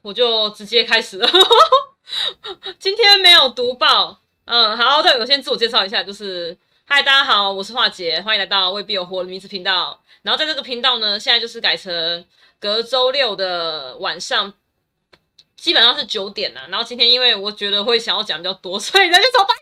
我就直接开始了。今天没有读报，好，对，我先自我介绍一下，就是嗨，大家好，我是华姐，欢迎来到未必有活的名字频道。然后在这个频道呢，现在就是改成隔周六的晚上，基本上是9点啦。然后今天因为我觉得会想要讲比较多，所以那就从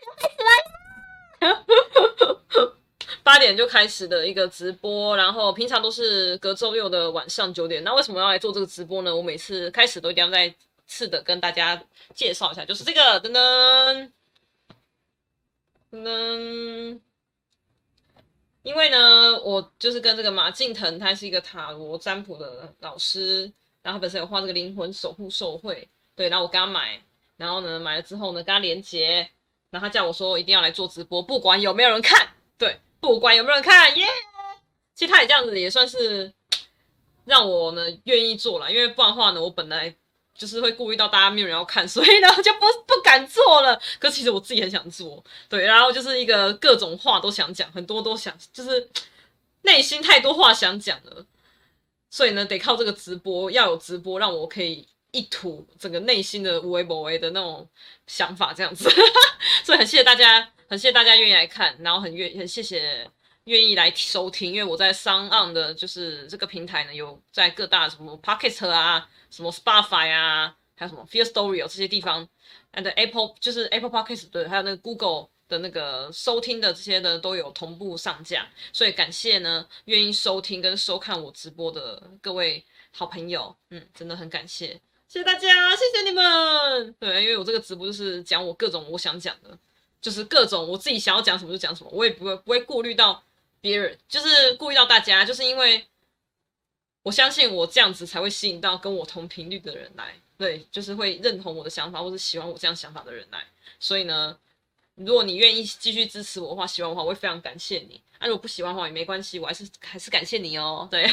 8点就开始的一个直播，然后平常都是隔周六的晚上9点。那为什么要来做这个直播呢？我每次开始都一定要再次的跟大家介绍一下，就是这个噔噔噔噔，因为呢，我就是跟这个马敬腾，他是一个塔罗占卜的老师，然后他本身有画这个灵魂守护受会，对，然后我跟他买，然后呢买了之后呢跟他连结，然后他叫我说一定要来做直播，不管有没有人看，对。不管有没有人看，耶！其实他也这样子，也算是让我呢愿意做了，因为不然的话呢，我本来就是会顾虑到大家没有人要看，所以呢就不敢做了。可其实我自己很想做，对，然后就是一个各种话都想讲，很多都想，就是内心太多话想讲了，所以呢得靠这个直播，要有直播让我可以一吐整个内心的无为不为的那种想法，这样子。所以很谢谢大家。很谢谢大家愿意来看，然后很谢谢愿意来收听，因为我在SoundOn的就是这个平台呢，有在各大什么 Podcast 啊、什么 Spotify 啊，还有什么 Fear Story 这些地方，and Apple 就是 Apple Podcast 对，还有那个 Google 的那个收听的这些的都有同步上架，所以感谢呢愿意收听跟收看我直播的各位好朋友，真的很感谢，谢谢大家，谢谢你们。对，因为我这个直播就是讲我各种我想讲的。就是各种我自己想要讲什么就讲什么，我也不会顾虑到别人，就是顾虑到大家，就是因为我相信我这样子才会吸引到跟我同频率的人来，对，就是会认同我的想法或是喜欢我这样想法的人来。所以呢，如果你愿意继续支持我的话，喜欢的话，我会非常感谢你。如果不喜欢的话也没关系，我还是感谢你哦。对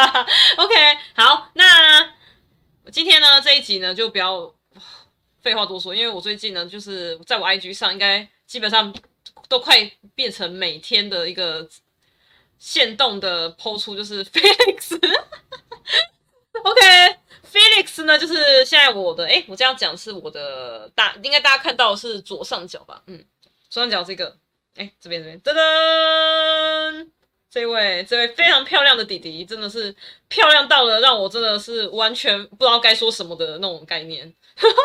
，OK， 好，那今天呢这一集呢就不要废话多说，因为我最近呢就是在我 IG 上应该。基本上都快变成每天的一个限动的po出，就是 Felix。OK，Felix 呢，就是现在我的，我这样讲是我的应该大家看到的是左上角吧？左上角这个，这边，噔噔，这位非常漂亮的弟弟，真的是漂亮到了让我真的是完全不知道该说什么的那种概念。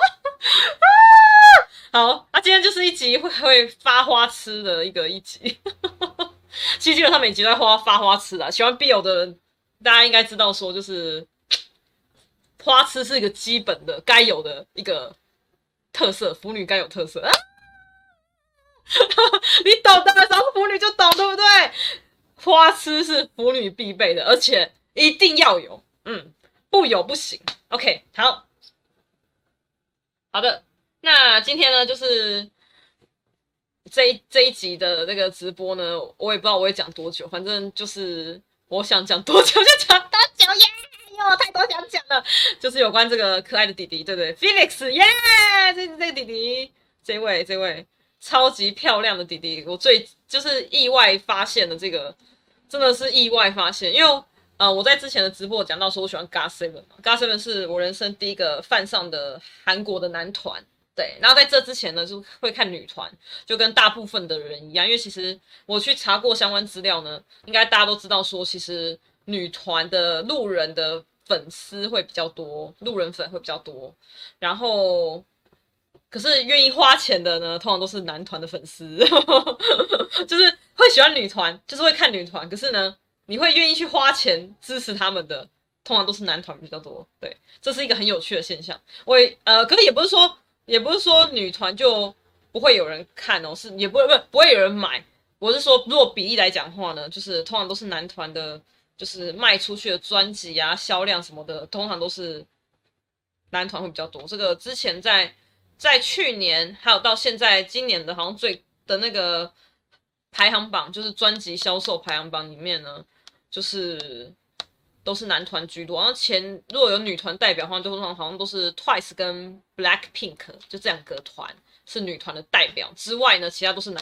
好，今天就是一集会发花痴的一集。其实基本上每集都在发花痴啦。喜欢 BL 的人，大家应该知道说，就是花痴是一个基本的该有的一个特色，腐女该有特色。你懂的，只要是腐女就懂，对不对？花痴是腐女必备的，而且一定要有，不有不行。OK， 好的。那今天呢，就是这一集的那个直播呢，我也不知道我会讲多久，反正就是我想讲多久就讲多久耶！有太多想讲了，就是有关这个可爱的弟弟，对不对 ？Felix 耶，这个弟弟，这位超级漂亮的弟弟，我就是意外发现的这个，真的是意外发现，因为我在之前的直播讲到说我喜欢 GOT7 是我人生第一个犯上的韩国的男团。对，然后在这之前呢，就会看女团，就跟大部分的人一样，因为其实我去查过相关资料呢，应该大家都知道说，其实女团的路人的粉丝会比较多，路人粉会比较多，然后可是愿意花钱的呢，通常都是男团的粉丝，就是会喜欢女团，就是会看女团，可是呢，你会愿意去花钱支持他们的，通常都是男团比较多，对，这是一个很有趣的现象。可是也不是说女团就不会有人看哦，也不会有人买。我是说，如果比例来讲的话呢，就是通常都是男团的，就是卖出去的专辑啊、销量什么的，通常都是男团会比较多。这个之前在去年还有到现在今年的，好像最的那个排行榜，就是专辑销售排行榜里面呢，就是都是男团居多，然后如果有女团代表的话，就好像都是 Twice 跟 Blackpink 就这2个团是女团的代表之外呢，其他都是男团。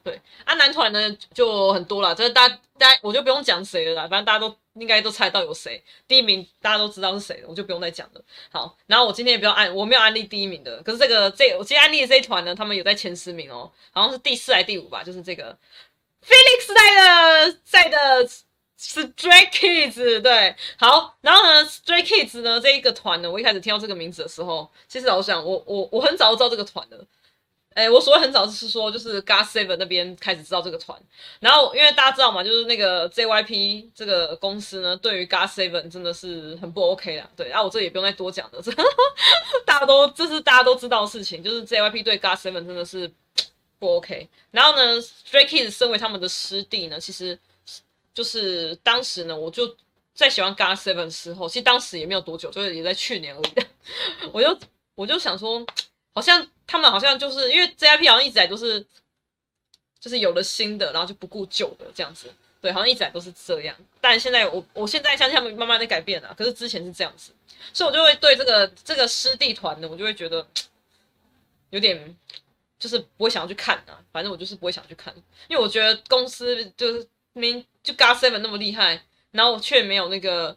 对啊，男团呢就很多啦，这大家我就不用讲谁了啦，反正大家都应该都猜到有谁，第一名大家都知道是谁了，我就不用再讲了。好，然后我今天也不要我没有安利第一名的，可是我今天安利的这一团呢，他们有在前10名哦，好像是第4还是第5吧，就是这个 Felix 在的 Stray Kids， 对，好，然后呢 Stray Kids 呢这一个团呢，我一开始听到这个名字的时候，其实老实讲，我很早就知道这个团的。我所谓很早是说，就是 GOT7 那边开始知道这个团，然后因为大家知道嘛，就是那个 JYP 这个公司呢，对于 GOT7 真的是很不 OK 啦。对，我这也不用再多讲了，这是大家都知道的事情，就是 JYP 对 GOT7 真的是不 OK。然后呢，Stray Kids 身为他们的师弟呢，其实就是当时呢，我就在喜欢 GOT7 的时候，其实当时也没有多久，就是也在去年而已。我就想说。好像他们好像就是因为 JYP 好像一直以来都是就是有了新的，然后就不顾旧的这样子，对，好像一直以来都是这样。但现在我现在相信他们慢慢在改变了，可是之前是这样子，所以我就会对这个师弟团呢，我就会觉得有点就是不会想要去看啊，反正我就是不会想去看，因为我觉得公司就是就 GOT7 那么厉害，然后却没有那个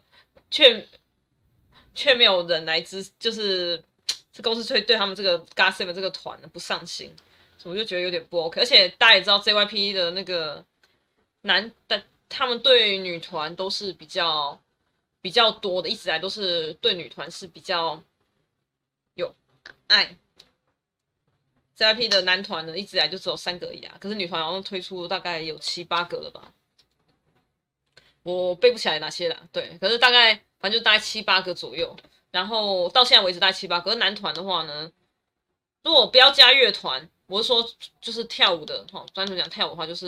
却没有人来就是这公司对他们这个 GOT7 这个团不上心，所以我就觉得有点不 OK。而且大家也知道 JYP 的那个他们对女团都是比较多的，一直来都是对女团是比较有爱。JYP 的男团呢，一直来就只有3个而已啊，可是女团好像推出大概有7、8个了吧，我背不起来哪些啦。对，可是反正就大概7、8个左右。然后到现在为止大概7、8个。可是男团的话呢，如果不要加乐团，我是说就是跳舞的，单纯讲跳舞的话就是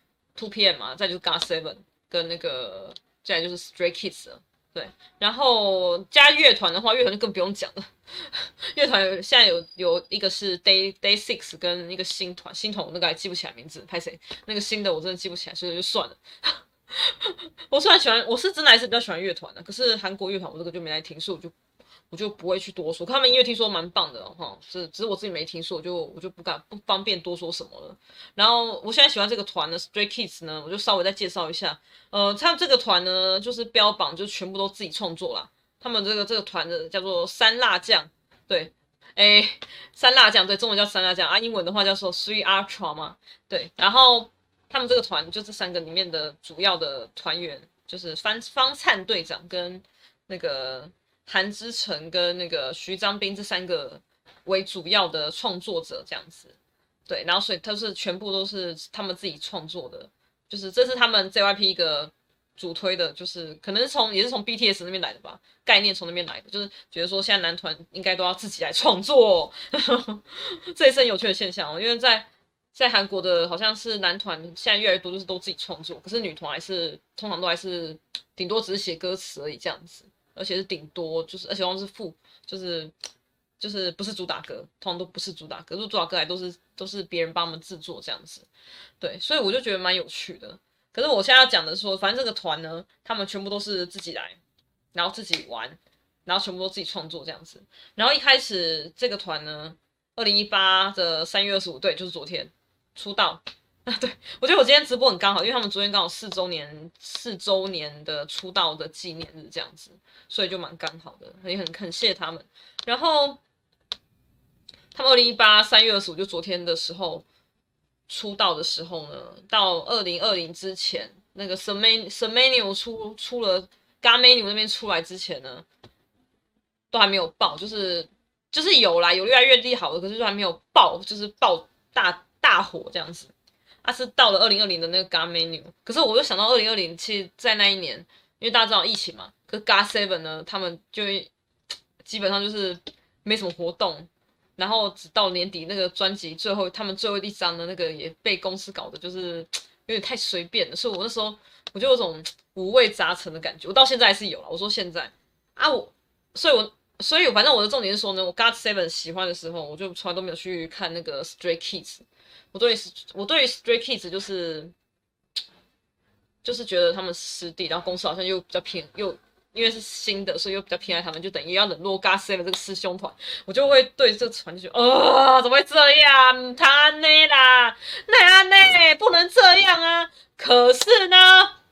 2PM 嘛，再就是 GOT7 跟那个，再来就是 Stray Kids 了。对，然后加乐团的话，乐团就更不用讲了。乐团现在有一个是 Day6 跟一个新团我那个还记不起来名字，拍谁？那个新的我真的记不起来，所以就算了。我虽然喜欢，我是真的还是比较喜欢乐团的，可是韩国乐团我这个就没来听，所以我就不会去多说。他们音乐听说蛮棒的哈，只是我自己没听说，我就不方便多说什么了。然后我现在喜欢这个团呢 ，Stray Kids 呢，我就稍微再介绍一下。他们这个团呢，就是标榜就全部都自己创作啦。他们这个团的叫做3辣酱，对，3辣酱，对，中文叫3辣酱啊，英文的话叫做 Three Ultra 嘛，对，然后。他们这个团就这3个里面的主要的团员，就是方灿队长跟那个韩之成跟那个徐章斌这3个为主要的创作者这样子。对，然后所以他是全部都是他们自己创作的，就是这是他们 JYP 一个主推的，就是可能也是从 BTS 那边来的吧，概念从那边来的，就是觉得说现在男团应该都要自己来创作，这也是很有趣的现象哦，因为在韩国的好像是男团现在越来越多就是都自己创作，可是女团通常都还是顶多只是写歌词而已这样子，而且是顶多就是而且好像是就是不是主打歌，通常都不是主打歌，主打歌还都是别人帮他们制作这样子，对，所以我就觉得蛮有趣的。可是我现在要讲的是说，反正这个团呢，他们全部都是自己来，然后自己玩，然后全部都自己创作这样子。然后一开始这个团呢，2018的3月25，对，就是昨天。出道对，我觉得我今天直播很刚好，因为他们昨天刚好4周年的出道的纪念日这样子，所以就蛮刚好的，也很谢他们。然后他们2018 3月25就昨天的时候出道的时候呢，到2020之前，那个 Semenu 出了 GAMENU 那边出来之前呢，都还没有爆，就是有啦，有越来越厉好的，可是就还没有爆，就是爆大火这样子。是到了2020的那个 GAMENU， 可是我就想到2020，其实在那一年，因为大家知道疫情嘛，可是 GOT7 呢，他们就基本上就是没什么活动，然后直到年底那个专辑他们最后一张的那个也被公司搞的就是有点太随便了，所以我那时候我就有种五味杂陈的感觉，我到现在还是有啦，我说现在啊所以反正我的重点是说呢，我 GOT7 喜欢的时候，我就从来都没有去看那个 Stray Kids。我对于 Stray Kids 就是觉得他们师弟，然后公司好像又比较偏又因为是新的，所以又比较偏爱他们，就等于要冷落 GOT7 这个师兄团，我就会对这个团就觉得，怎么会这样？他呢啦，那呢不能这样啊！可是呢，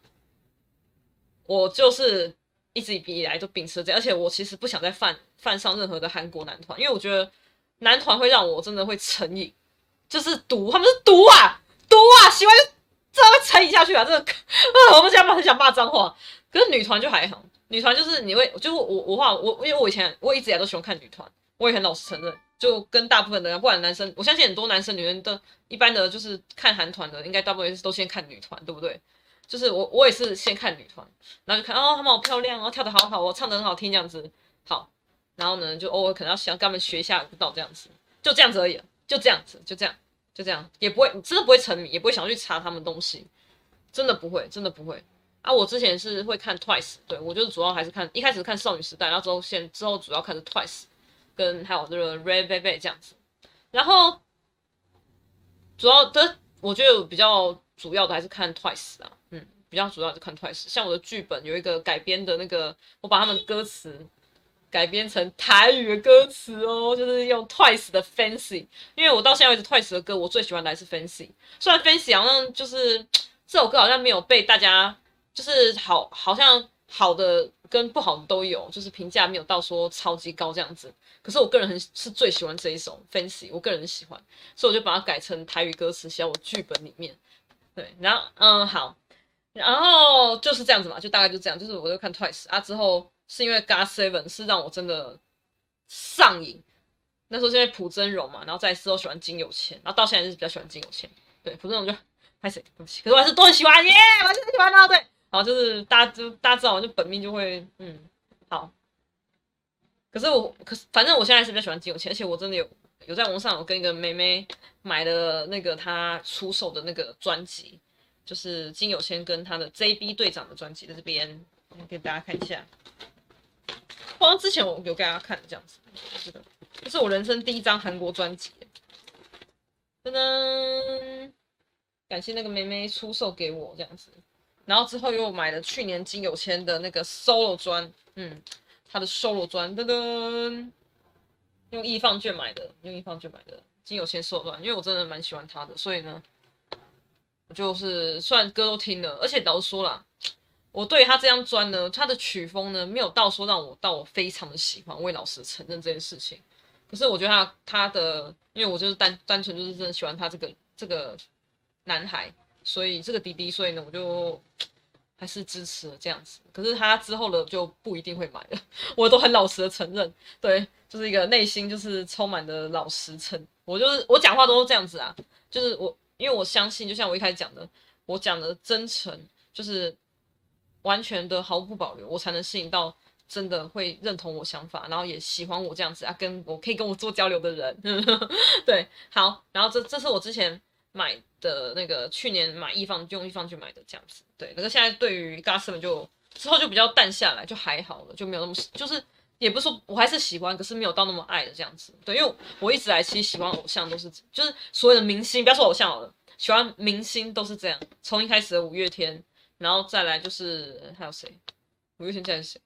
我就是一直以来都秉持这样，而且我其实不想再犯上任何的韩国男团，因为我觉得男团会让我真的会成瘾，就是毒，他们是毒啊，喜欢就这样成瘾下去啊！这个我们家很想骂脏话，可是女团就还好，女团就是你会，就是我因为我一直以来都喜欢看女团，我也很老实承认，就跟大部分的人，不管男生，我相信很多男生女人的一般的就是看韩团的，应该大部分都先看女团，对不对？就是我也是先看女团，然后就看她们好漂亮哦，跳得好好哦，唱得很好听这样子，好，然后呢就偶尔可能要想跟他们学一下舞蹈这样子，就这样子而已，就这样子，就这样，也不会真的不会沉迷，也不会想要去查他们东西，真的不会啊！我之前是会看 Twice， 对我就是主要还是一开始看少女时代，然后之后主要看是 Twice， 跟还有这个 Red Velvet 这样子，然后主要的我觉得比较主要的还是看 Twice 啊，比较主要是看 Twice。像我的剧本有一个改编的那个，我把他们歌词改编成台语的歌词哦，就是用 Twice 的 Fancy， 因为我到现在为止 Twice 的歌我最喜欢的还是 Fancy， 虽然 Fancy 好像就是这首歌好像没有被大家就是好像好的跟不好的都有，就是评价没有到说超级高这样子。可是我个人是最喜欢这一首 Fancy， 我个人喜欢，所以我就把它改成台语歌词写在我剧本里面。对，然后好，然后就是这样子嘛，就大概就这样，就是我就看 Twice 啊，之后是因为 GOT7 是让我真的上瘾。那时候是因为朴真荣嘛，然后再之后喜欢金有谦，然后到现在是比较喜欢金有谦。对，朴真荣就拍谁对不起，可是我还是都很喜欢耶，我还是很喜欢他。对，然后就是大家知道，我就本命就会好。可是反正我现在是比较喜欢金有谦，而且我真的有在网上有跟一个妹妹买了那个她出售的那个专辑，就是金有谦跟他的 JB 队长的专辑，在这边给大家看一下。好像之前我有给大家看这样子，这是我人生第一张韩国专辑，噔噔，感谢那个妹妹出售给我这样子，然后之后又买了去年金有谦的那个 solo 专，他的 solo 专，噔噔，用易放券买的金有谦 solo 专，因为我真的蛮喜欢他的，所以呢，我就是虽然歌都听了，而且老实说啦，我对他这张专呢，他的曲风呢，没有到说让我非常的喜欢，我也老实承认这件事情。可是我觉得他的，因为我就是单纯就是真的喜欢他这个男孩，所以这个弟弟，所以呢，我就还是支持了这样子。可是他之后的就不一定会买了，我都很老实的承认，对，就是一个内心就是充满的老实诚，我讲话都是这样子啊，就是因为我相信，就像我一开始讲的，我讲的真诚，就是完全的毫不保留，我才能吸引到真的会认同我想法，然后也喜欢我这样子啊，可以跟我做交流的人。对，好，然后这是我之前买的那个去年用易放去买的这样子。对，那个现在对于 GOT7 之后就比较淡下来，就还好了，就没有那么就是也不是说我还是喜欢，可是没有到那么爱的这样子。对，因为我一直来其实喜欢偶像都是就是所有的明星，不要说偶像好了，喜欢明星都是这样，从一开始的五月天。然后再来就是还有谁？五月天再是谁？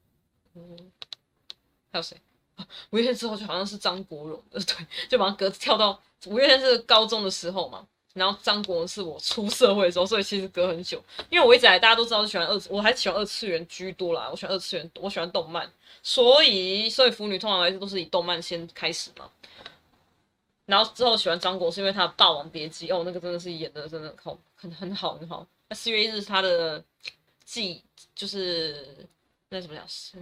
还有谁？五月天之后就好像是张国荣的，对，就把歌跳到五月天是高中的时候嘛，然后张国荣是我出社会的时候，所以其实隔很久。因为我一直来大家都知道是喜欢我还是喜欢二次元居多啦，我喜欢二次元，我喜欢动漫，所以腐女通常还是都是以动漫先开始嘛。然后之后喜欢张国是因为他的《霸王别姬》哦，那个真的是演的真的很好。那4月1日是他的就是那怎么讲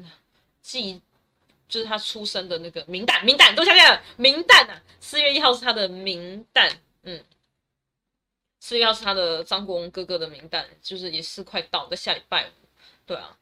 就是他出生的那个明旦都想起来了，明旦啊，4月1号是他的明旦，4月1号是他的张国荣哥哥的明旦，就是也是快到在下礼拜五，对啊，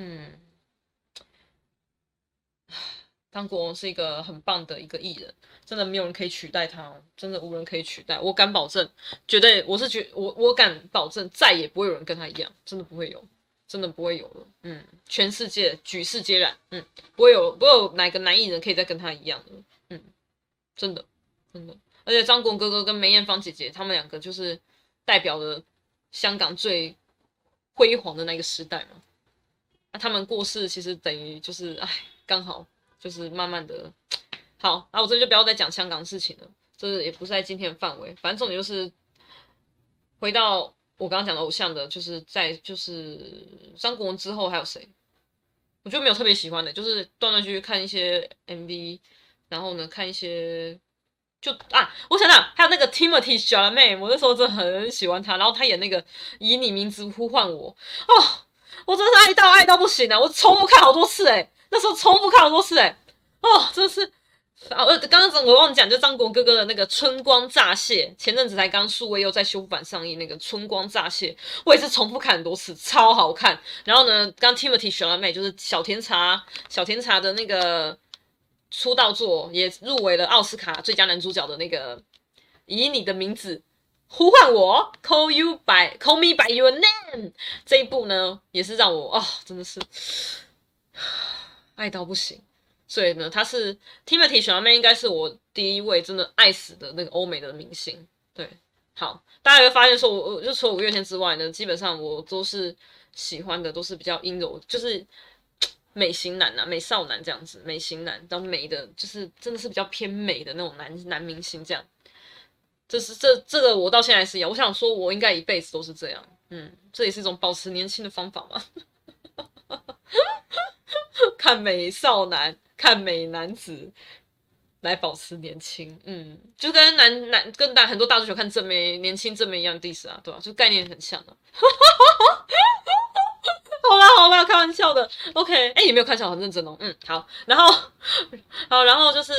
张国荣是一个很棒的一个艺人，真的没有人可以取代他，真的无人可以取代。我敢保证，绝对我敢保证，再也不会有人跟他一样，真的不会有，真的不会有了。全世界举世皆然，不会有哪个男艺人可以再跟他一样的，真的。而且张国荣哥哥跟梅艳芳姐姐，他们两个就是代表了香港最辉煌的那个时代嘛。 那他们过世其实等于就是哎，刚好就是慢慢的。好，那我这边就不要再讲香港事情了，这也不是在今天的范围。反正重点就是回到我刚刚讲的偶像的，就是张国荣之后还有谁？我觉得没有特别喜欢的，就是断断续续看一些 MV，然后呢看一些我想想，还有那个 Timothy Chalamet，我那时候真的很喜欢他，然后他演那个以你名字呼唤我，我真的是爱到不行啊！我重复看好多次那时候重复看好多次真的是。刚刚我忘记讲，就张国哥哥的那个《春光乍泄》，前阵子才刚数位又在修复版上映，那个《春光乍泄》，我也是重复看很多次，超好看。然后呢，刚 Timothy Chalamet 就是小甜茶的那个出道作，也入围了奥斯卡最佳男主角的那个以你的名字呼唤我 ，Call me by your name 这一部呢，也是让我真的是爱到不行。所以呢，他是 Timothy Chalamet，应该是我第一位真的爱死的那个欧美的明星。对，好，大家会发现说我就除了五月天之外呢，基本上我都是喜欢的都是比较阴柔，就是美型男美少男这样子，美型男，然后美的，就是真的是比较偏美的那种男明星这样。这个我到现在是一样，我想说我应该一辈子都是这样，这也是一种保持年轻的方法嘛。看美少男，看美男子来保持年轻，就跟很多大足球看正妹年轻正妹一样的意思啊，对吧？就概念很像啊。好啦，开玩笑的。OK， 你没有看笑，很认真哦。好，然后就是，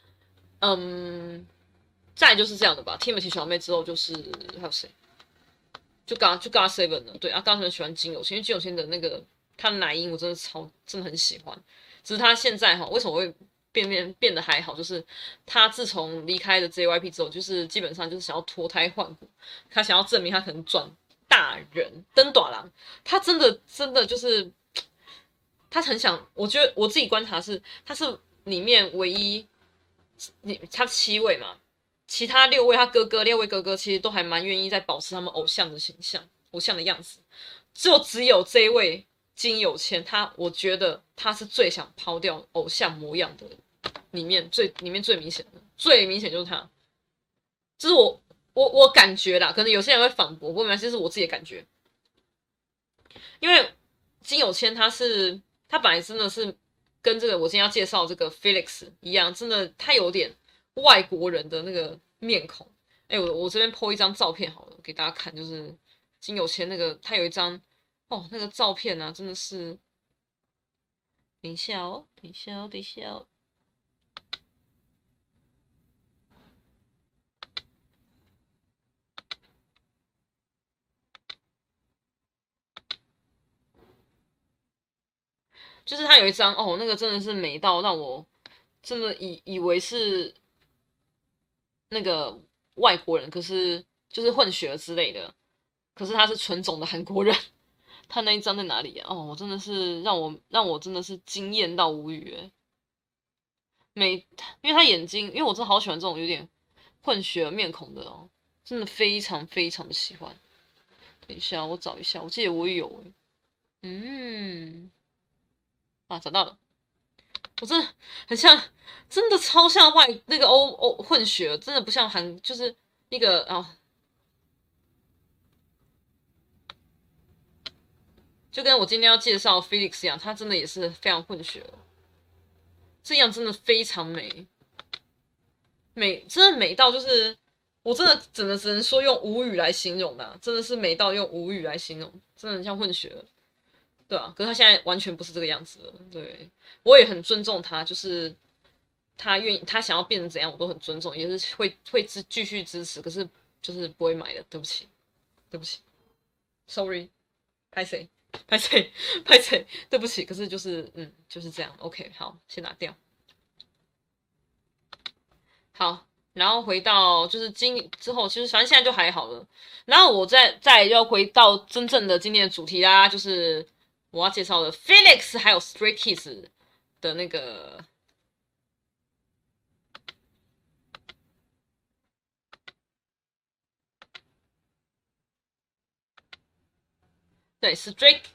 再来就是这样的吧。Timothy 小妹之后就是还有谁？就GOT7了。对啊，GOT7喜欢金有谦，因为金有谦的那个他的奶音我真的很喜欢。只是他现在为什么会变得还好？就是他自从离开了 JYP 之后，就是基本上就是想要脱胎换骨，他想要证明他可能转大人登短郎，他真的就是他很想，我觉得我自己观察是他是里面唯一，他7位嘛。其他6位他6位哥哥其实都还蛮愿意在保持他们偶像的形象、偶像的样子，只有这一位金有谦，我觉得他是最想抛掉偶像模样的里面最明显的，最明显就是他，这是我感觉啦，可能有些人会反驳，不过没关系，这是我自己的感觉，因为金有谦他本来真的是跟这个我今天要介绍这个 Felix 一样，真的他有点外国人的那个面孔。我这边 po 一张照片好了，给大家看，就是金有谦那个他有一张那个照片啊，真的是，等一下哦，就是他有一张那个真的是美到让我真的以为是那个外国人，可是就是混血之类的，可是他是纯种的韩国人。他那一张在哪里啊？我真的是让我真的是惊艳到无语因为他眼睛，因为我真的好喜欢这种有点混血面孔的真的非常非常的喜欢。等一下，我找一下，我记得我也有找到了，我真的很像，真的超像那个欧混血，真的不像就是那个就跟我今天要介绍 Felix 一样，他真的也是非常混血这样真的非常美，真的美到就是我真的只能说用无语来形容的，真的是美到用无语来形容，真的很像混血了。对啊，可是他现在完全不是这个样子了。对，我也很尊重他，就是他想要变成怎样，我都很尊重，也是会继续支持，可是就是不会买的。对不起，sorry，拍谁，对不起。可是就是这样。OK， 好，先拿掉。好，然后回到就是之后，其实反正现在就还好了。然后我再要回到真正的今天的主题啦，就是我要介绍的 Felix 还有 Stray Kids 的那个，对 Stray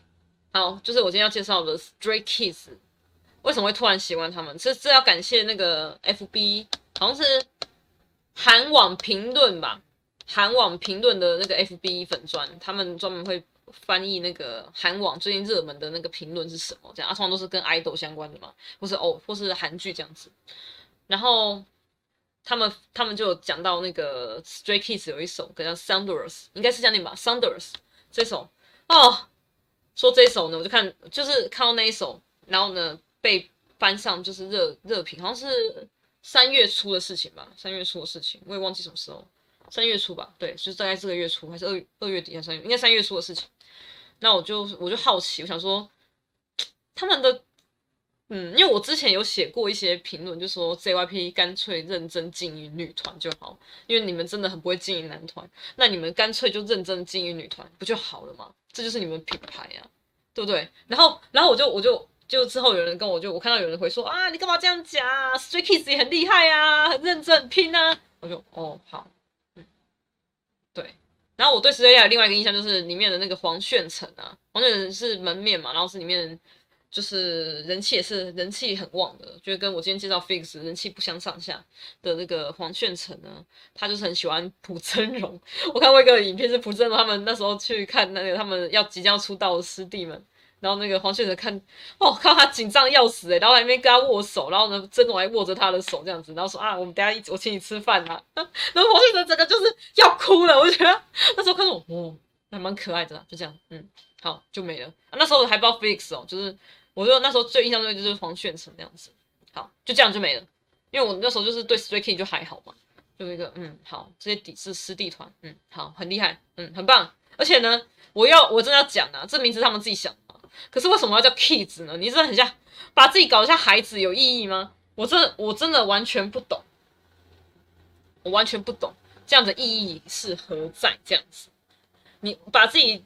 好，就是我今天要介绍的 Stray Kids，为什么会突然喜欢他们？这要感谢那个 FB，好像是韩网评论吧，韩网评论的那个 FB 粉专，他们专门会翻译那个韩网最近热门的那个评论是什么，这样通常都是跟 idol 相关的嘛，或是韩剧这样子。然后他们就有讲到那个 Stray Kids 有一首歌叫 Thunderous， 应该是这样念吧 ，Thunderous 这首哦。说这一首呢，我就就是看到那一首，然后呢被搬上就是热评，好像是3月初的事情吧，3月初的事情，我也忘记什么时候，3月初吧，对，就是大概这个月初还是2月底还是3月，应该3月初的事情。那我就好奇，我想说他们的因为我之前有写过一些评论，就说 JYP 干脆认真经营女团就好，因为你们真的很不会经营男团，那你们干脆就认真经营女团不就好了吗？这就是你们品牌啊，对不对？然后我就之后有人跟我看到有人会说啊，你干嘛这样讲啊？Stray Kids 也很厉害啊，很认真很拼啊，我就哦好，对。然后我对 Stray 的另外一个印象就是里面的那个黄炫成啊，黄炫成是门面嘛，然后是里面就是人气也是人气很旺的，就是跟我今天介绍 Fix 人气不相上下的那个黄炫成呢，他就是很喜欢朴真荣。我看过一个影片是朴真荣他们那时候去看那个他们即将出道的师弟们，然后那个黄炫成看到他紧张要死然后还没跟他握手，然后呢真荣还握着他的手这样子，然后说啊我们等一下我请你吃饭啊，然后黄炫成整个就是要哭了，我就觉得那时候看到还蛮可爱的啦，就这样，好就没了。那时候还不知道 Felix 哦，就是我就那时候最印象最就是黄炫成那样子，好就这样就没了。因为我那时候就是对 Stray Kids 就还好嘛，就一个好，这些底是师弟团，好很厉害，很棒。而且呢，我真的要讲啊，这名字他们自己想的嘛。可是为什么要叫 Kids 呢？你真的很像把自己搞得像孩子，有意义吗？我真的完全不懂，我完全不懂这样的意义是何在？这样子，你把自己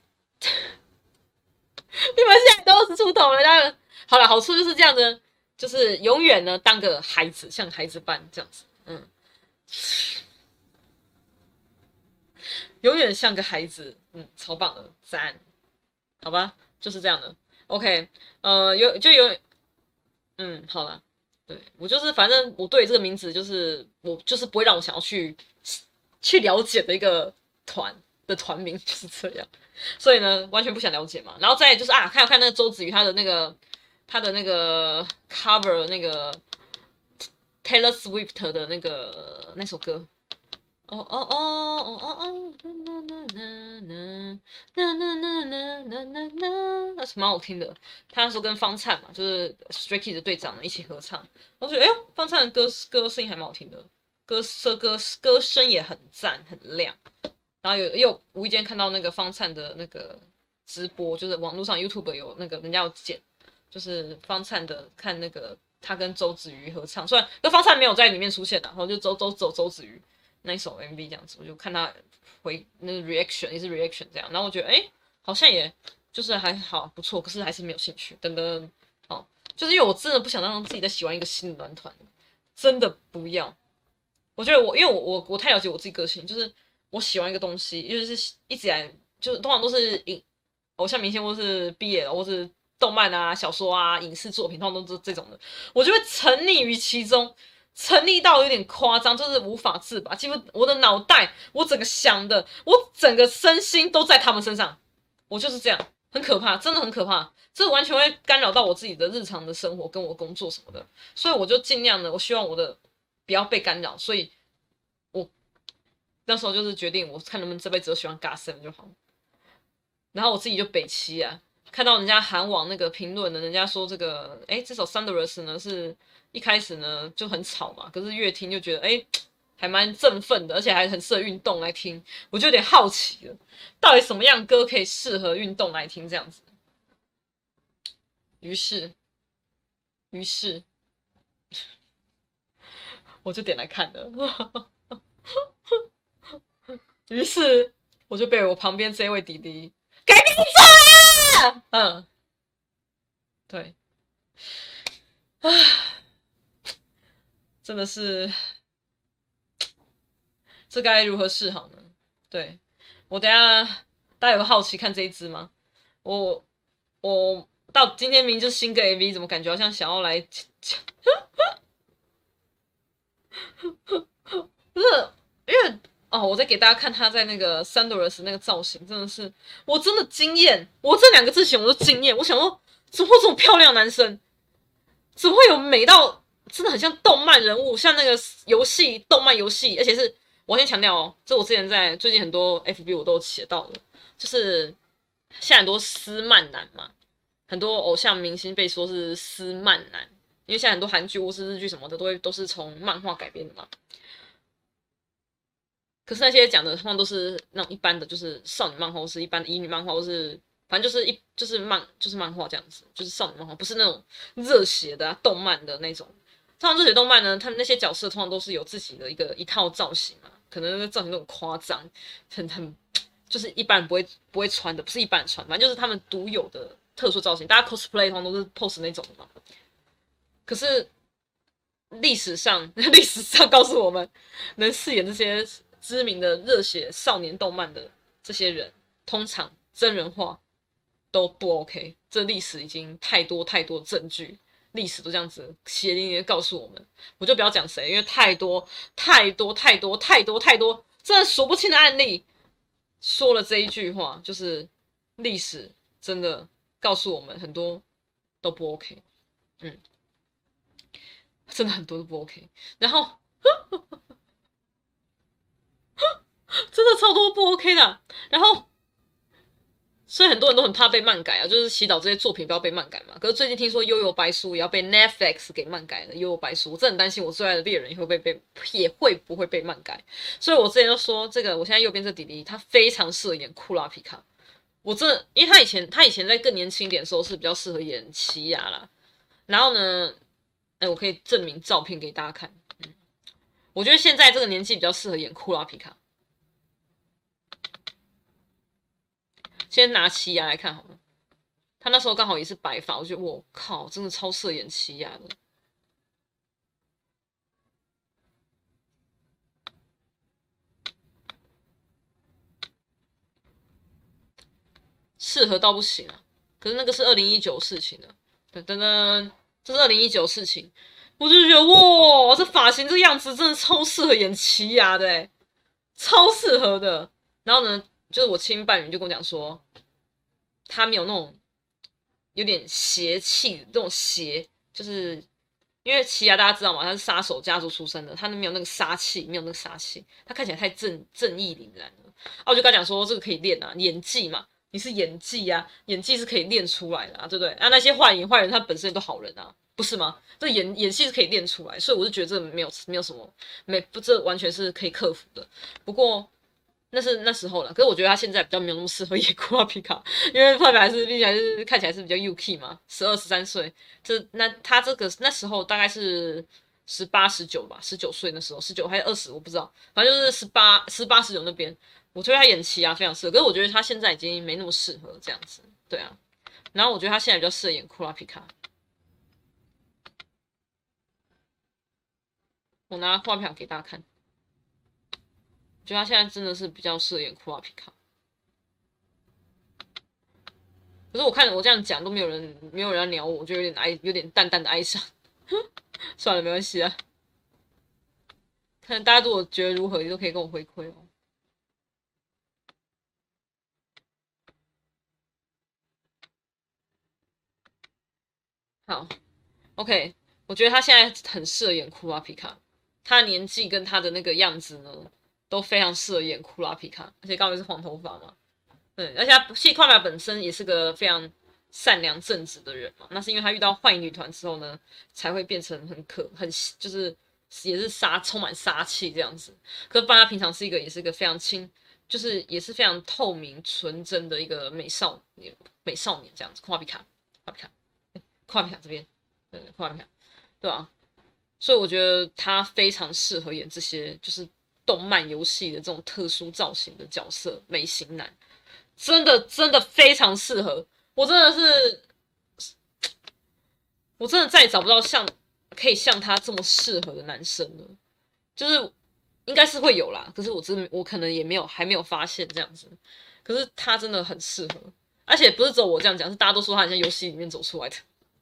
你们现在都20出头了，当然好了，好处就是这样的，就是永远呢当个孩子，像孩子般这样子，永远像个孩子，超棒的，赞，好吧，就是这样的，OK，好了，对我就是反正我对这个名字就是我就是不会让我想要去了解的一个团名就是这样，所以呢完全不想了解嘛。然后再来就是看那个周子瑜他的那个 cover 那个 Taylor Swift 的那首歌。哦哦哦哦哦哦，那是蛮好听的。他那时候跟方灿嘛，就是 Stray Kids 的队长一起合唱，我觉得方灿的歌声音还蛮好听的，歌声也很赞很亮。然后又无意间看到那个方灿的那个直播，就是网络上 YouTube 有那个人家有剪，就是方灿的看那个他跟周子瑜合唱，虽然方灿没有在里面出现然后就周子瑜那一首 MV 这样子，我就看他那个 reaction 也是 reaction 这样，然后我觉得好像也就是还好不错，可是还是没有兴趣，等等，就是因为我真的不想让自己再喜欢一个新的男团，真的不要。我觉得因为我太了解我自己个性，就是我喜欢一个东西，就是一直以来就是通常都是偶像明星或是毕业了，或是动漫啊、小说啊、影视作品，通常都是这种的，我就会沉溺于其中，沉溺到有点夸张，就是无法自拔。几乎我的脑袋，我整个想的，我整个身心都在他们身上，我就是这样，很可怕，真的很可怕。这完全会干扰到我自己的日常的生活，跟我工作什么的，所以我就尽量的，我希望我的不要被干扰，所以我那时候就是决定，我看能不能这辈子都喜欢 GOT7 就好。然后我自己就北七啊，看到人家韩网那个评论呢，人家说这首 Thunderous 呢是一开始呢就很吵嘛，可是越听就觉得还蛮振奋的，而且还很适合运动来听，我就有点好奇了，到底什么样歌可以适合运动来听这样子？于是我就点来看了，于是我就被我旁边这位弟弟给闭嘴了，对，真的是这该如何是好呢？对我等一下大家有好奇看这一支吗？我我到今天明明就是新个 AV， 怎么感觉好像想要来讲？不是因为哦，我在给大家看他在那个 Sanders 那个造型，真的是我真的惊艳。我这2个字形容我都惊艳。我想说，怎么会这么漂亮的男生？怎么会有美到真的很像动漫人物，像那个游戏动漫游戏，而且是我先强调哦，这我之前在最近很多 FB 我都有写到的，就是现在很多斯漫男嘛，很多偶像明星被说是斯漫男，因为现在很多韩剧或是日剧什么的都是从漫画改编的嘛。可是那些讲的通常都是那种一般的，就是少女漫画，或是一般的乙女漫画，或是反正就是漫画这样子，就是少女漫画，不是那种热血的动漫的那种。通常热血动漫呢，他们那些角色通常都是有自己的一套造型嘛，可能造型都很夸张，很就是一般人不会穿的，不是一般人穿，反正就是他们独有的特殊造型。大家 cosplay 通常都是 pose 那种的嘛。可是历史上告诉我们，能饰演这些知名的热血少年动漫的这些人，通常真人化都不 OK。这历史已经太多证据，历史都这样子血淋淋的告诉我们。我就不要讲谁，因为太多，真的数不清的案例说了这一句话，就是历史真的告诉我们很多都不 OK。真的很多都不 OK。然后真的超多不 OK 的。然后，所以很多人都很怕被漫改啊，就是祈祷这些作品不要被漫改嘛。可是最近听说《幽游白书》也要被 Netflix 给漫改了，《幽游白书》我真的很担心我最爱的猎人也会不会被漫改。所以我之前就说，这个我现在右边这弟弟他非常适合演库拉皮卡。我真的，因为他以前在更年轻一点的时候是比较适合演奇亚啦。然后呢，我可以证明照片给大家看。我觉得现在这个年纪比较适合演库拉皮卡。先拿奇亚来看好了，他那时候刚好也是白发，我觉得我靠，真的超适合演奇亚的。适合到不行啊！可是那个是2019事情了，噔噔噔，这是2019事情，我就觉得哇，这发型这样子真的超适合演奇亚的诶，超适合的。然后呢，就是我亲伴侣就跟我讲说，他没有那种有点邪气，这种邪，就是因为奇亚大家知道嘛，他是杀手家族出身的，他没有那个杀气，没有那个杀气，他看起来太正义凛然了。啊，我就跟他讲说，这个可以练啊，演技嘛。你是演技啊，演技是可以练出来的啊，对不对？啊，那些坏人他本身都好人啊，不是吗？这演戏是可以练出来，所以我就觉得这没有什么这完全是可以克服的。不过那是那时候了，可是我觉得他现在比较没有那么适合演库拉皮卡，因为库拉皮卡毕竟还是看起来是比较 UK 嘛，12、13岁，他这个那时候大概是18、19吧，19岁那时候，19还是20我不知道，反正就是18、19那边。我觉得他演奇啊非常适合，可是我觉得他现在已经没那么适合这样子，对啊。然后我觉得他现在比较适合演库拉皮卡。我拿库拉皮卡给大家看，我觉得他现在真的是比较适合演库拉皮卡。可是我看我这样讲都没有人要鸟我，我就有点淡淡的哀伤。算了，没关系啊。看大家如果觉得如何，你都可以跟我回馈哦。好 ，OK，我觉得他现在很适合演库拉皮卡，他的年纪跟他的那个样子呢，都非常适合演库拉皮卡，而且刚好是黄头发嘛，对，而且他库拉皮卡本身也是个非常善良正直的人嘛，那是因为他遇到坏女团之后呢，才会变成就是也是充满杀气这样子，可是不然他平常也是一个非常就是也是非常透明纯真的一个美少年这样子，库拉皮卡。库拉皮卡这边，对，库拉皮卡，对啊，所以我觉得他非常适合演这些就是动漫游戏的这种特殊造型的角色，美型男，真的非常适合。我真的再也找不到可以像他这么适合的男生了，就是应该是会有啦，可是我可能还没有发现这样子，可是他真的很适合。 而且不是只有我这样讲，是大家都说他很像游戏里面走出来的，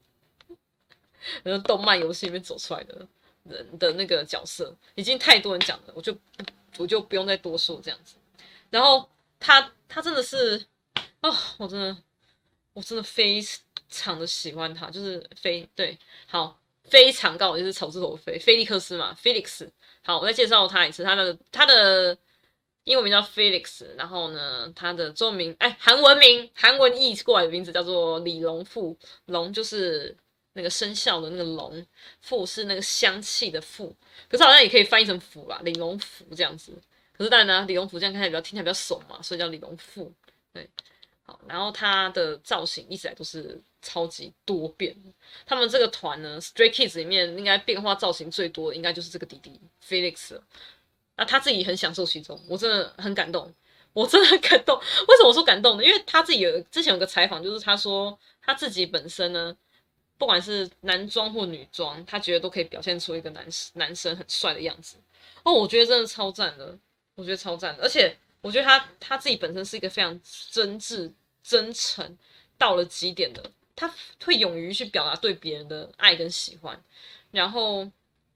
动漫游戏里面走出来的人的那个角色，已经太多人讲了，我就不用再多说这样子。然后他真的是哦，我真的非常的喜欢他，就是对，好，非常高，就是草字头菲利克斯嘛，Felix。好，我再介绍他一次，他的英文名叫 Felix， 然后呢，他的中文名韩文译过来的名字叫做李隆富，龙就是那个生肖的那个龙，富是那个香气的富，可是好像也可以翻译成福啦，李隆福这样子。可是当然呢，李隆福这样看起来听起来比较怂嘛，所以叫李隆富。对，好，然后他的造型一直来都是超级多变。他们这个团呢 ，Stray Kids 里面应该变化造型最多的，应该就是这个弟弟 Felix 了。那他自己很享受其中，我真的很感动，我真的很感动。为什么我说感动呢？因为他自己之前有个采访，就是他说他自己本身呢，不管是男装或女装，他觉得都可以表现出一个男生很帅的样子。哦，我觉得真的超赞的，我觉得超赞的，而且我觉得他自己本身是一个非常真挚、真诚到了极点的，他会勇于去表达对别人的爱跟喜欢，然后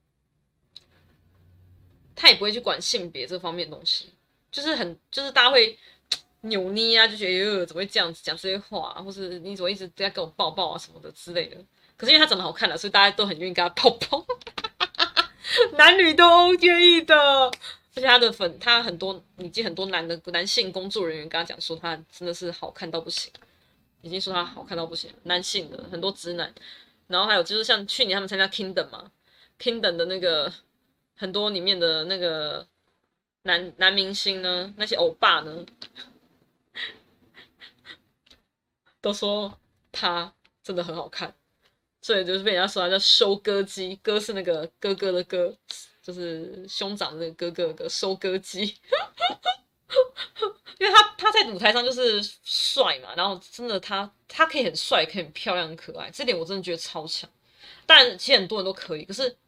他也不会去管性别这方面的东西，就是大家会扭捏啊，就觉得怎么会这样子讲这些话啊，或是你怎么一直在跟我抱抱啊什么的之类的。可是因为他长得好看了，所以大家都很愿意跟他抱抱，男女都愿意的。而且他很多，已经很多男性工作人员跟他讲说，他真的是好看到不行，已经说他好看到不行。男性的很多直男，然后还有就是像去年他们参加 Kingdom 嘛，Kingdom 的那个很多里面的那个男明星呢，那些欧巴呢，都说他真的很好看，所以就是被人家说他叫收割机，歌是那个哥哥的歌，就是兄长的那个哥哥的歌，收割机。因为他在舞台上就是帅嘛，然后真的他可以很帅，可以很漂亮、很可爱，这点我真的觉得超强。但其实很多人都可以，可是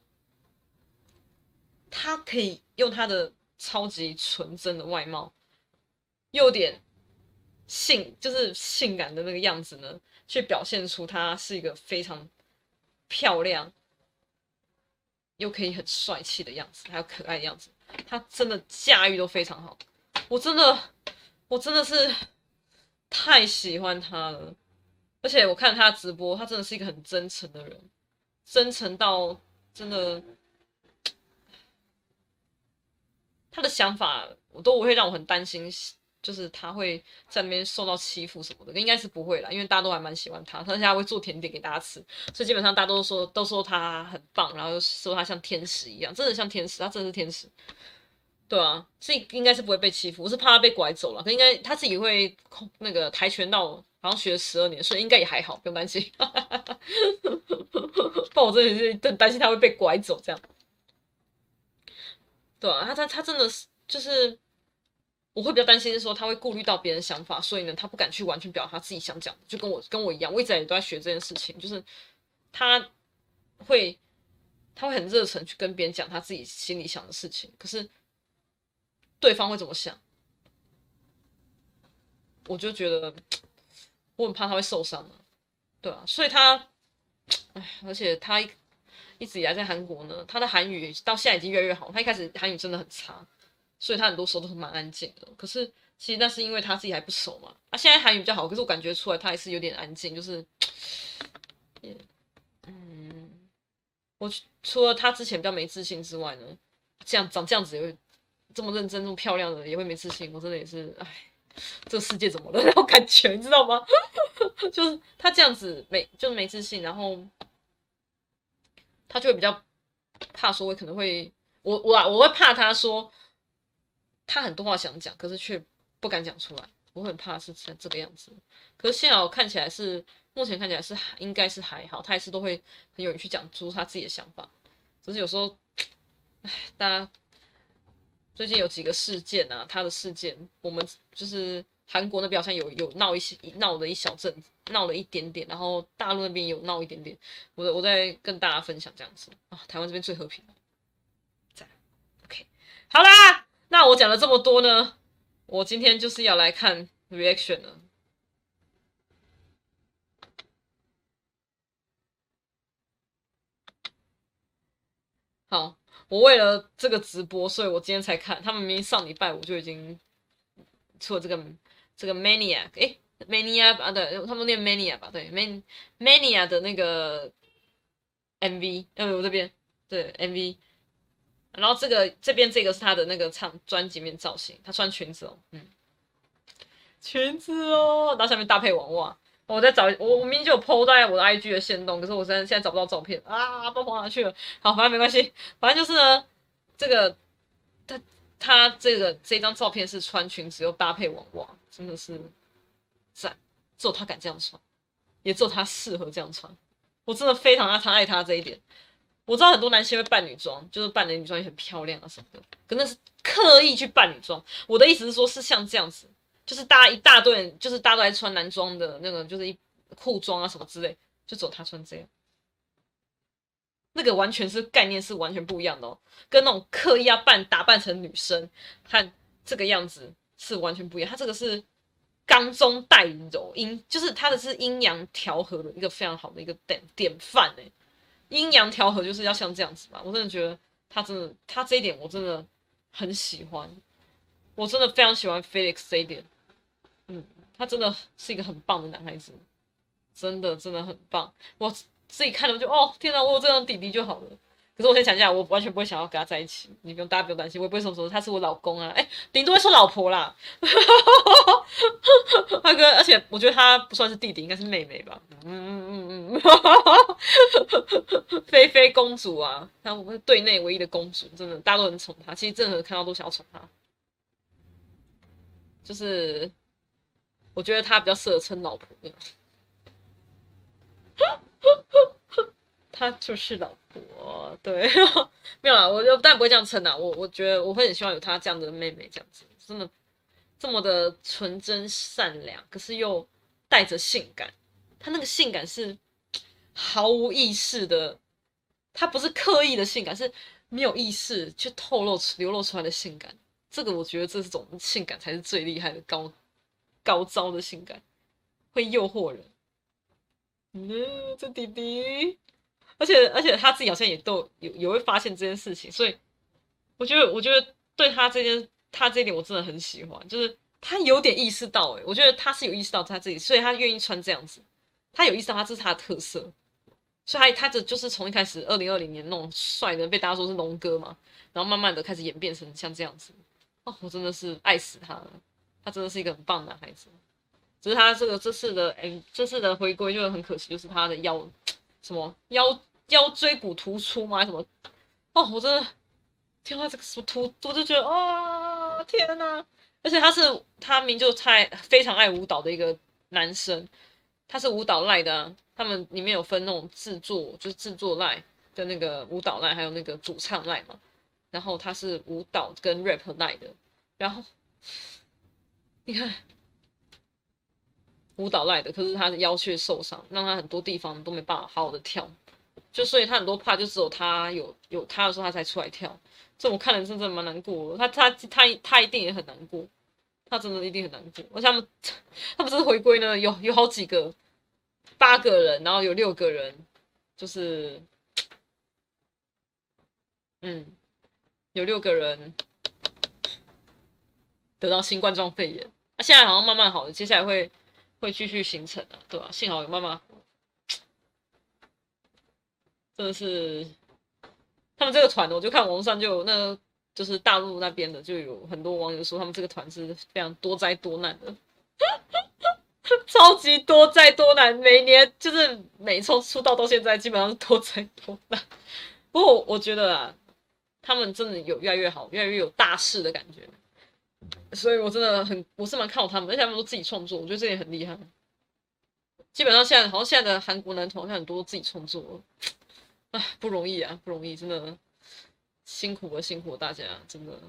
他可以用他的超级纯真的外貌，又有点就是性感的那个样子呢，去表现出他是一个非常漂亮又可以很帅气的样子，还有可爱的样子。他真的驾驭都非常好，我真的是太喜欢他了。而且我看他直播，他真的是一个很真诚的人，真诚到真的他的想法我会让我很担心，就是他会在那边受到欺负什么的，应该是不会啦，因为大家都还蛮喜欢他，他现在会做甜点给大家吃，所以基本上大家都说他很棒，然后说他像天使一样，真的像天使，他真的是天使。对啊，所以应该是不会被欺负，我是怕他被拐走了，可应该他自己会那个跆拳道，好像学了12年，所以应该也还好，不用担心。不然我真的是很担心他会被拐走这样。对啊，他真的是就是我会比较担心是说他会顾虑到别人想法，所以呢他不敢去完全表达他自己想讲的，就跟我一样，我一直也都在学这件事情，就是他会很热忱去跟别人讲他自己心里想的事情，可是对方会怎么想，我就觉得我很怕他会受伤啊，对啊，所以而且他一直以来在韩国呢，他的韩语到现在已经越来越好，他一开始韩语真的很差。所以他很多时候都是蛮安静的。可是其实那是因为他自己还不熟嘛。现在韩语比较好，可是我感觉出来他还是有点安静，就是，我除了他之前比较没自信之外呢，长这样子也会这么认真、这么漂亮的也会没自信，我真的也是，哎，这个世界怎么了那种感觉，你知道吗？就是他这样子就是没自信，然后他就会比较怕说，可能会我会怕他说。他很多话想讲，可是却不敢讲出来，我很怕是这个样子。可是幸好看起来目前看起来应该是还好，他还是都会很勇于去讲出他自己的想法。只是有时候，大家最近有几个事件啊，他的事件，我们就是韩国那边好像有闹了一小阵子，闹了一点点，然后大陆那边有闹一点点。我在跟大家分享这样子啊，台湾这边最和平了，赞 OK， 好啦。那我讲了这么多呢，我今天就是要来看 reaction 了。 好，我为了这个直播，所以我今天才看。他们明明上礼拜我就已经出了这个 Mania， Mania 啊，对，他们念 Mania 吧，对，Mania 的那个 MV，我这边对 MV，然后这个是他的那个专辑面造型，他穿裙子哦，裙子哦，然后下面搭配网袜。我在找我明明就有 PO 在我的 IG 的限动，可是我现在找不到照片啊，不知道跑哪去了。好，反正没关系，反正就是呢，这个他这张照片是穿裙子又搭配网袜，真的是赞，只有他敢这样穿，也只有他适合这样穿。我真的非常爱他这一点。我知道很多男性会扮女装，就是扮的女装也很漂亮啊什么的，可那是刻意去扮女装。我的意思是说，是像这样子，就是大家一大堆人，就是大家都在穿男装的那个，就是裤装啊什么之类，就只有他穿这样。那个完全是概念是完全不一样的哦，跟那种刻意要打扮成女生和这个样子是完全不一样。他这个是刚中带柔就是他的是阴阳调和的一个非常好的一个典范哎。阴阳调和就是要像这样子吧，我真的觉得他这一点我真的很喜欢，我真的非常喜欢 Felix 这一点，他真的是一个很棒的男孩子，真的很棒，我自己看了就天哪，我有这种弟弟就好了。可是我先讲一下，我完全不会想要跟他在一起，大家不用担心，我也不会说他是我老公啊，顶多会说老婆啦。他哥，而且我觉得他不算是弟弟，应该是妹妹吧。菲菲公主啊，她我们队内唯一的公主，真的大家都很宠她。其实任何看到都想要宠她，就是我觉得她比较适合称老婆。她就是老婆，对，没有啦，我就当然不会这样称啦。我觉得我会很希望有她这样的妹妹，这样子真的这么的纯真善良，可是又带着性感。她那个性感是毫无意识的，她不是刻意的性感，是没有意识去流露出来的性感。这个我觉得这种性感才是最厉害的高招的性感，会诱惑人。这弟弟。而且他自己好像也也会发现这件事情，所以我觉得对他这一点我真的很喜欢，就是他有点意识到，我觉得他是有意识到他自己，所以他愿意穿这样子，他有意识到这是他的特色，所以他就是从一开始2020年那种帅的被大家说是龙哥嘛，然后慢慢的开始演变成像这样子，我真的是爱死他了，他真的是一个很棒的男孩子，只是他这次的回归就很可惜，就是他的腰椎骨突出吗？什么？我真的听到这个什么突，我就觉得天哪！而且他明就非常爱舞蹈的一个男生，他是舞蹈赖的啊。他们里面有分那种就是制作赖跟那个舞蹈赖，还有那个主唱赖嘛。然后他是舞蹈跟 rap 赖的，然后你看舞蹈赖的，可是他的腰却受伤，让他很多地方都没办法好好的跳。所以他很多怕就只有他有他的时候他才出来跳，这我看了真的蛮难过的。他一定也很难过，他真的一定很难过。而且他们这次回归呢，有好几个8个人，然后有6个人，就是有6个人得到新冠状肺炎，现在好像慢慢好了，接下来会继续形成啊，对吧？幸好有慢慢。真的是他们这个团，我就看网络上就有就是大陆那边的，就有很多网友说他们这个团是非常多灾多难的，超级多灾多难，每年就是每从出道到现在，基本上是多灾多难。不过我觉得啊，他们真的有越来越好，越来越有大势的感觉，所以我真的我是蛮看好他们，而且他们都自己创作，我觉得这点很厉害。基本上好像现在的韩国男团好像很多都自己创作了，不容易啊，不容易，真的辛苦了大家，真的。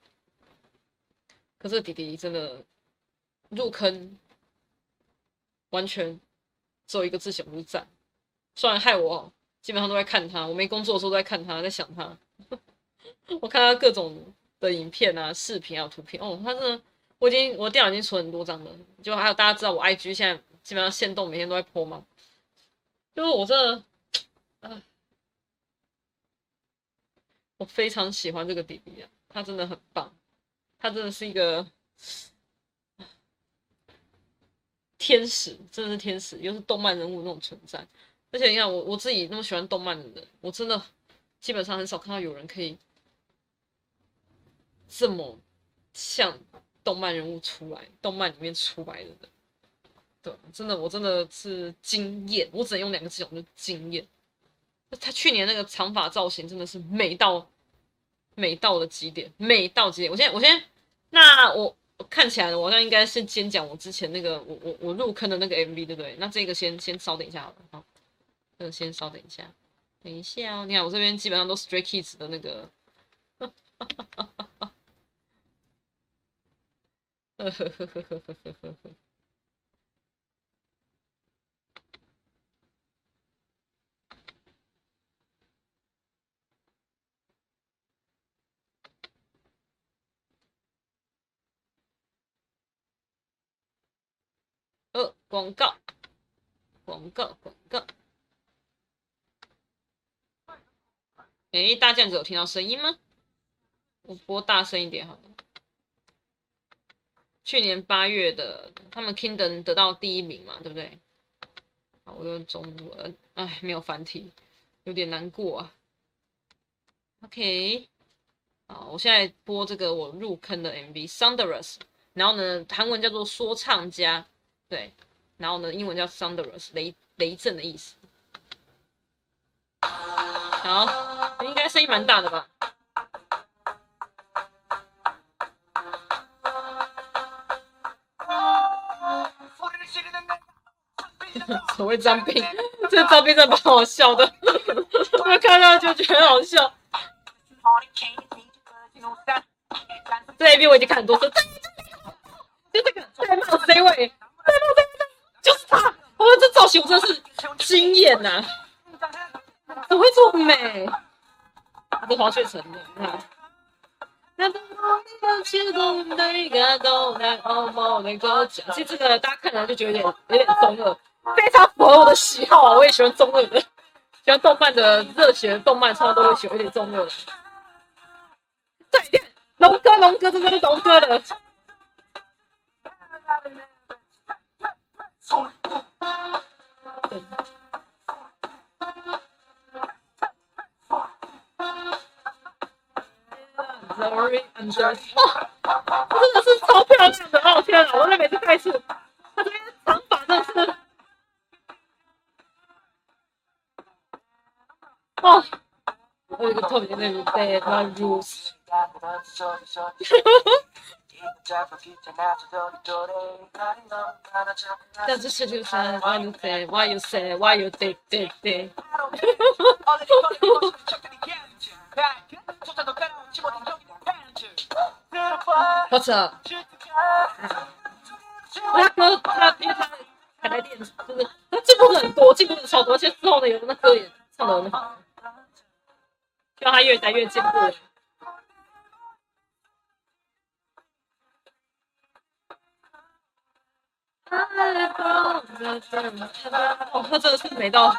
可是弟弟真的入坑，完全只有一个字形，就是赞。虽然害我基本上都在看他，我没工作的时候都在看他，在想他。我看他各种的影片啊、视频还有图片，他真的，我电脑已经存很多张了，就还有大家知道我 IG 现在基本上限动每天都在 po 嘛，就是我真的， 我非常喜欢这个弟弟啊，他真的很棒，他真的是一个天使，真的是天使，又是动漫人物那种存在。而且你看我自己那么喜欢动漫的人，我真的基本上很少看到有人可以这么像动漫人物出来，动漫里面出来的人。对，真的，我真的是惊艳，我只能用2个字形容，就惊艳。他去年那个长发造型真的是美到的极点，美到极点。我先，那我看起来我好像应该是先讲我之前那个我入坑的那个 MV， 对不对？那这个先稍等一下好了，好，这个先稍等一下，等一下哦。你看我这边基本上都 Stray Kids 的那个，广告。大家这样子有听到声音吗？我播大声一点好了。去年8月的，他们 Kingdom 得到第1名嘛，对不对？好，我用中文，没有繁体，有点难过啊。OK， 好，我现在播这个我入坑的 MV Thunderous， 然后呢，韩文叫做说唱家，对，然后呢，英文叫 Thunderous， 雷震的意思。好，应该声音蛮大的吧？所谓张斌，这个张斌真的蛮好笑的，我看到就觉得好笑。这一遍我已经看很多次，就这个在骂 C 位，就是他，我说这造型我真的是惊艳呐！怎么会这么美？这黄雪成的，你看。其实这个大家看来就觉得有点中二，非常符合我的喜好啊！我也喜欢中二的，喜欢动漫的热血动漫，通常都会喜欢有点中二的。再见，龙哥，这真的是龙哥的。Sorry, I'm sorry。他真的是超漂亮的哦！天哪，我每次看一次，他这边长发真的是，哦，我有一个特别那个 Bad My Rules。但是世界上 Why you say What's up？ 他歌因为他还在练，就是他进步的很多，进步的超多，而且之后呢，有那歌也唱得很好，希望他越来越进步。哦，他真的是美到。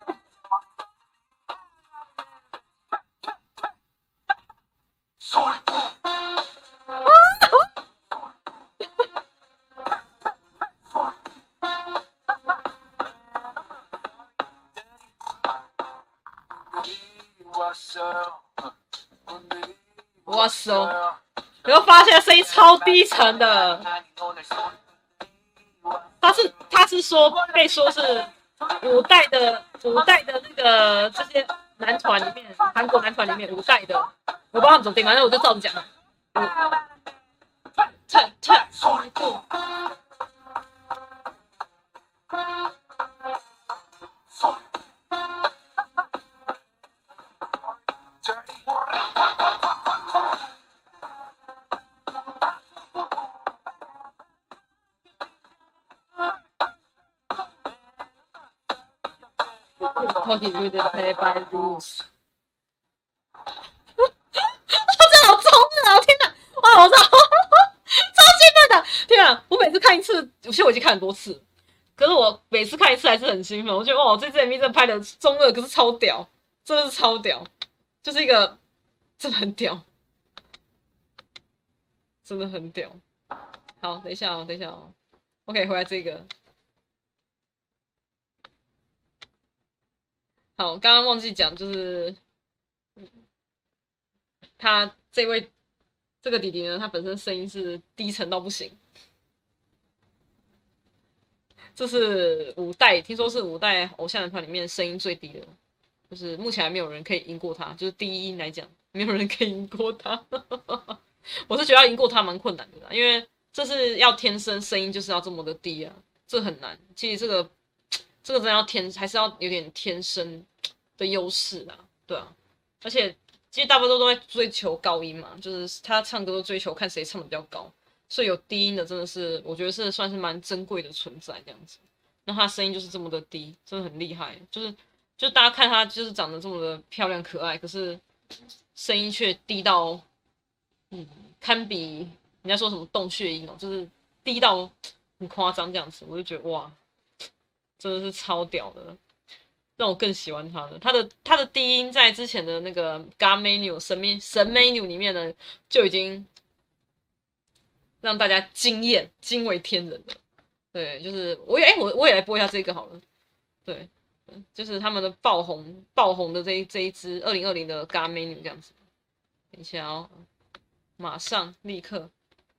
哇塞！你会发现声音超低沉的。他是说被说是5代的那个这些男团里面，韩国男团里面5代的，我不知道他们怎么定，反正我就照着讲。Talking with the play by rules。这好中二！天哪，哇，我操，超兴奋的！天啊，我每次看一次，其实我已经看很多次，可是我每次看一次还是很兴奋。我觉得哇，这支 MV 真的拍的中二，可是超屌，真的是超屌，就是一个真的很屌，真的很屌。好，等一下哦，等一下哦。OK，回来这个。好，刚刚忘记讲，就是他这个弟弟呢，他本身声音是低沉到不行。这是5代，听说是5代偶像团里面声音最低的，就是目前还没有人可以赢过他。就是第一音来讲，没有人可以赢过他。我是觉得要赢过他蛮困难的啦，因为这是要天生声音就是要这么的低啊，这很难。其实这个真的要还是要有点天生的优势啦，对啊。而且其实大部分都在追求高音嘛，就是他唱歌都追求看谁唱的比较高。所以有低音的真的是，我觉得是算是蛮珍贵的存在这样子。那他声音就是这么的低，真的很厉害。就是大家看他就是长得这么的漂亮可爱，可是声音却低到，堪比人家说什么洞穴音哦，就是低到很夸张这样子。我就觉得哇，真的是超屌的，让我更喜欢他的。他的低音在之前的那个 God Menu 神 Menu 里面呢，就已经让大家惊为天人的。对，就是我也来播一下这个好了。对，就是他们的爆红的这一支2020的 God Menu 这样子。等一下哦，马上立刻。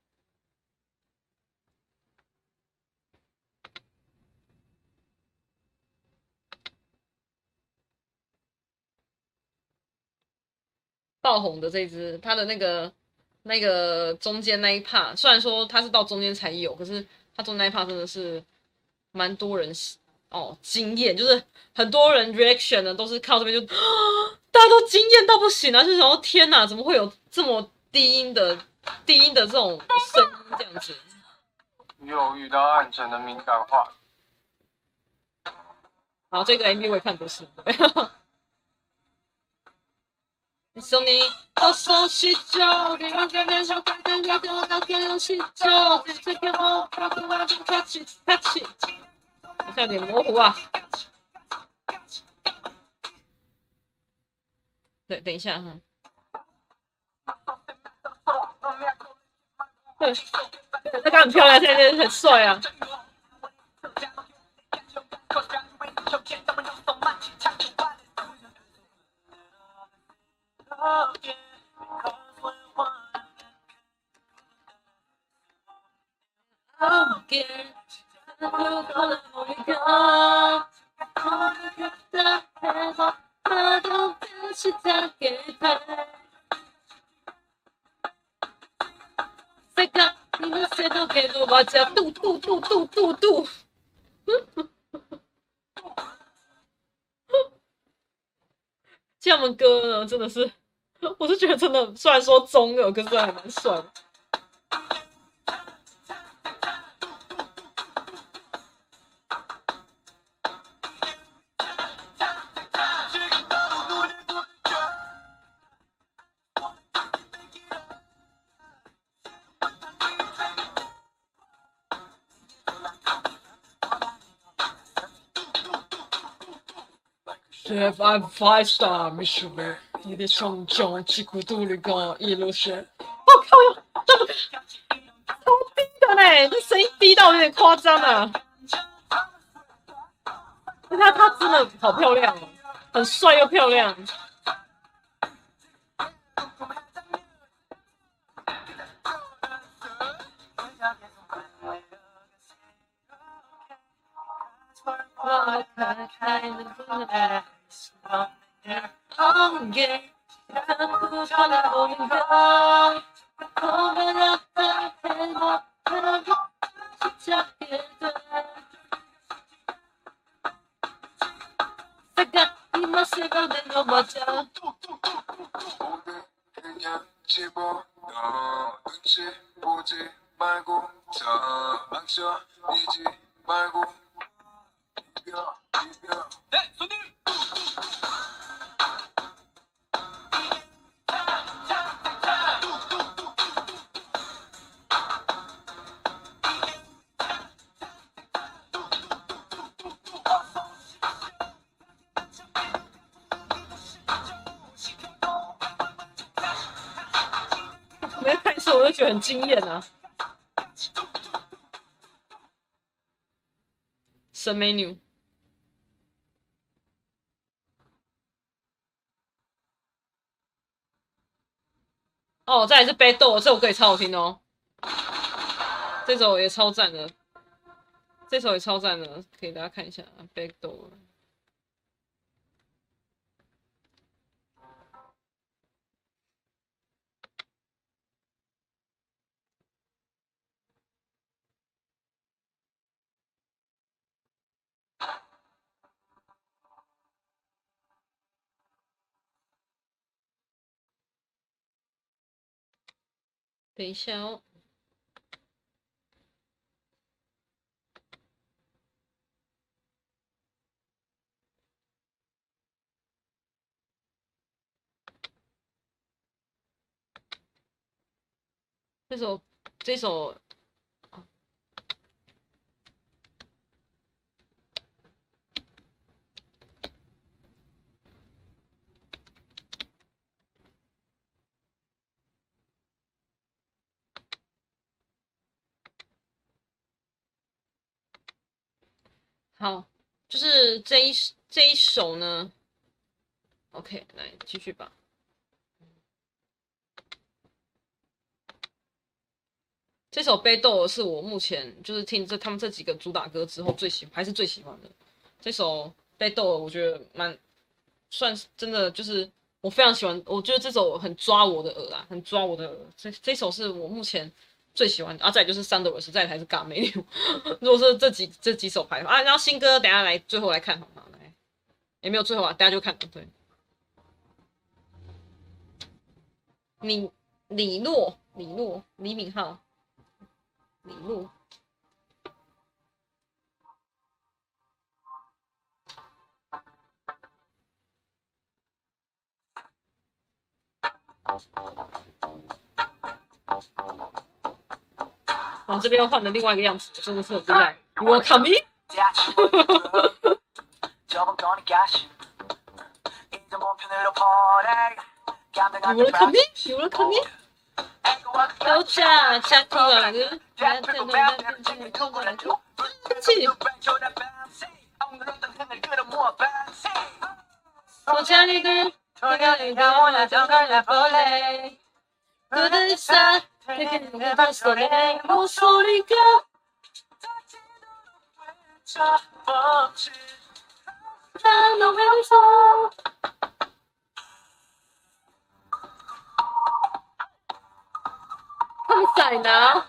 爆红的这一支，它的那个中间那一 part，虽然说它是到中间才有，可是它中间那一 part 真的是蛮多人惊艳，就是很多人 reaction 呢都是看到这边就大家都惊艳到不行啊，就想说天哪，怎么会有这么低音的这种声音这样子？ 又遇到暗沉的敏感话。 然后这个 MV 我也看不是。送你我送喜酒，你让感觉像快点要跟我聊天有喜酒，这个我不跟我就客气客气，好像有点模糊啊。对，等一下哈。对，他刚很漂亮，现在很帅啊。我叫嘟嘟嘟嘟嘟嘟。他们歌呢，真的是，我是觉得真的，虽然说中二，可是还蛮帅的。Chef, I'm 5-star Michelin， 你的胸中几乎都能够一路是。我靠哟，这么超低的嘞，这声音低到有点夸张啊！他真的好漂亮哦，很帅又漂亮。 每次看一次我就觉得很惊艳啊。神美女。哦，再来是 Battle， 这首歌也超好听哦，这首也超赞的，这首也超赞的，给大家看一下 Battle。等一下哦。这首好，就是这一首呢 ，OK， 来继续吧。这首《悲斗》是我目前就是听他们这几个主打歌之后还是最喜欢的。这首《悲斗》我觉得算是真的，就是我非常喜欢，我觉得这首很抓我的耳啊，很抓我的耳。这首是我目前最喜欢的，再来就是三德尔斯，再来才是嘎美女。如果是这几首排然后新歌等一下最后来看好吗？来，也没有最后啊，大家就看对。李敏镐。李路。然后这边又换了另外一个样子，真的是很厉害。我靠你有了可你都加加进来的，我家里的，我家里的，我来找看来玻璃，我的伞，你看你的手里，我手里个。他们在哪？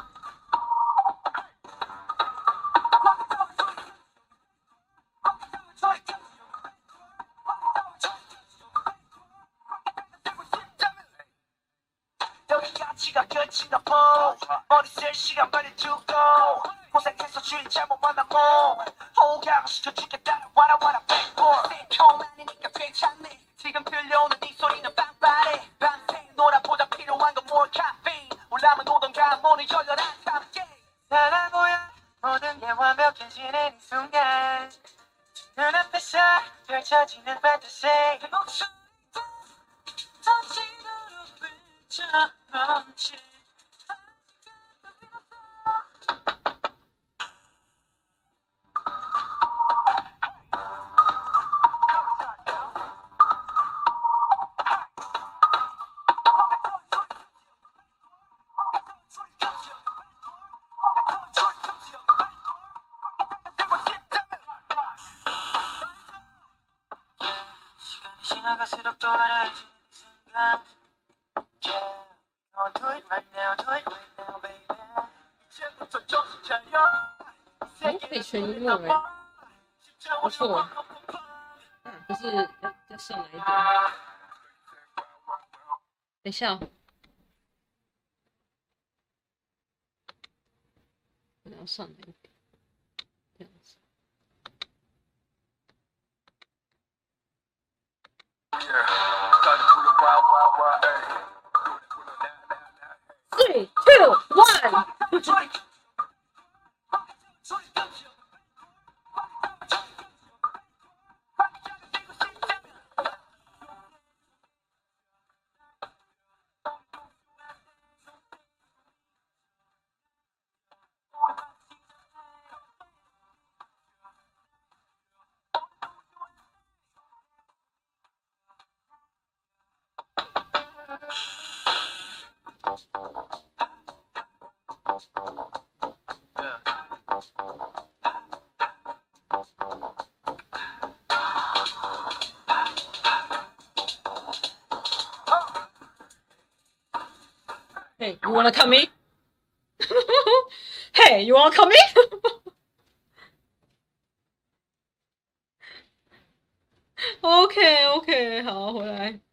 可以全音乐吗？不错，可是要上来一点。等一下哦，要上来一点，这样子。3, 2, 1。 Hey, you wanna come in? Hey, you wanna come in? OK， 好，回来。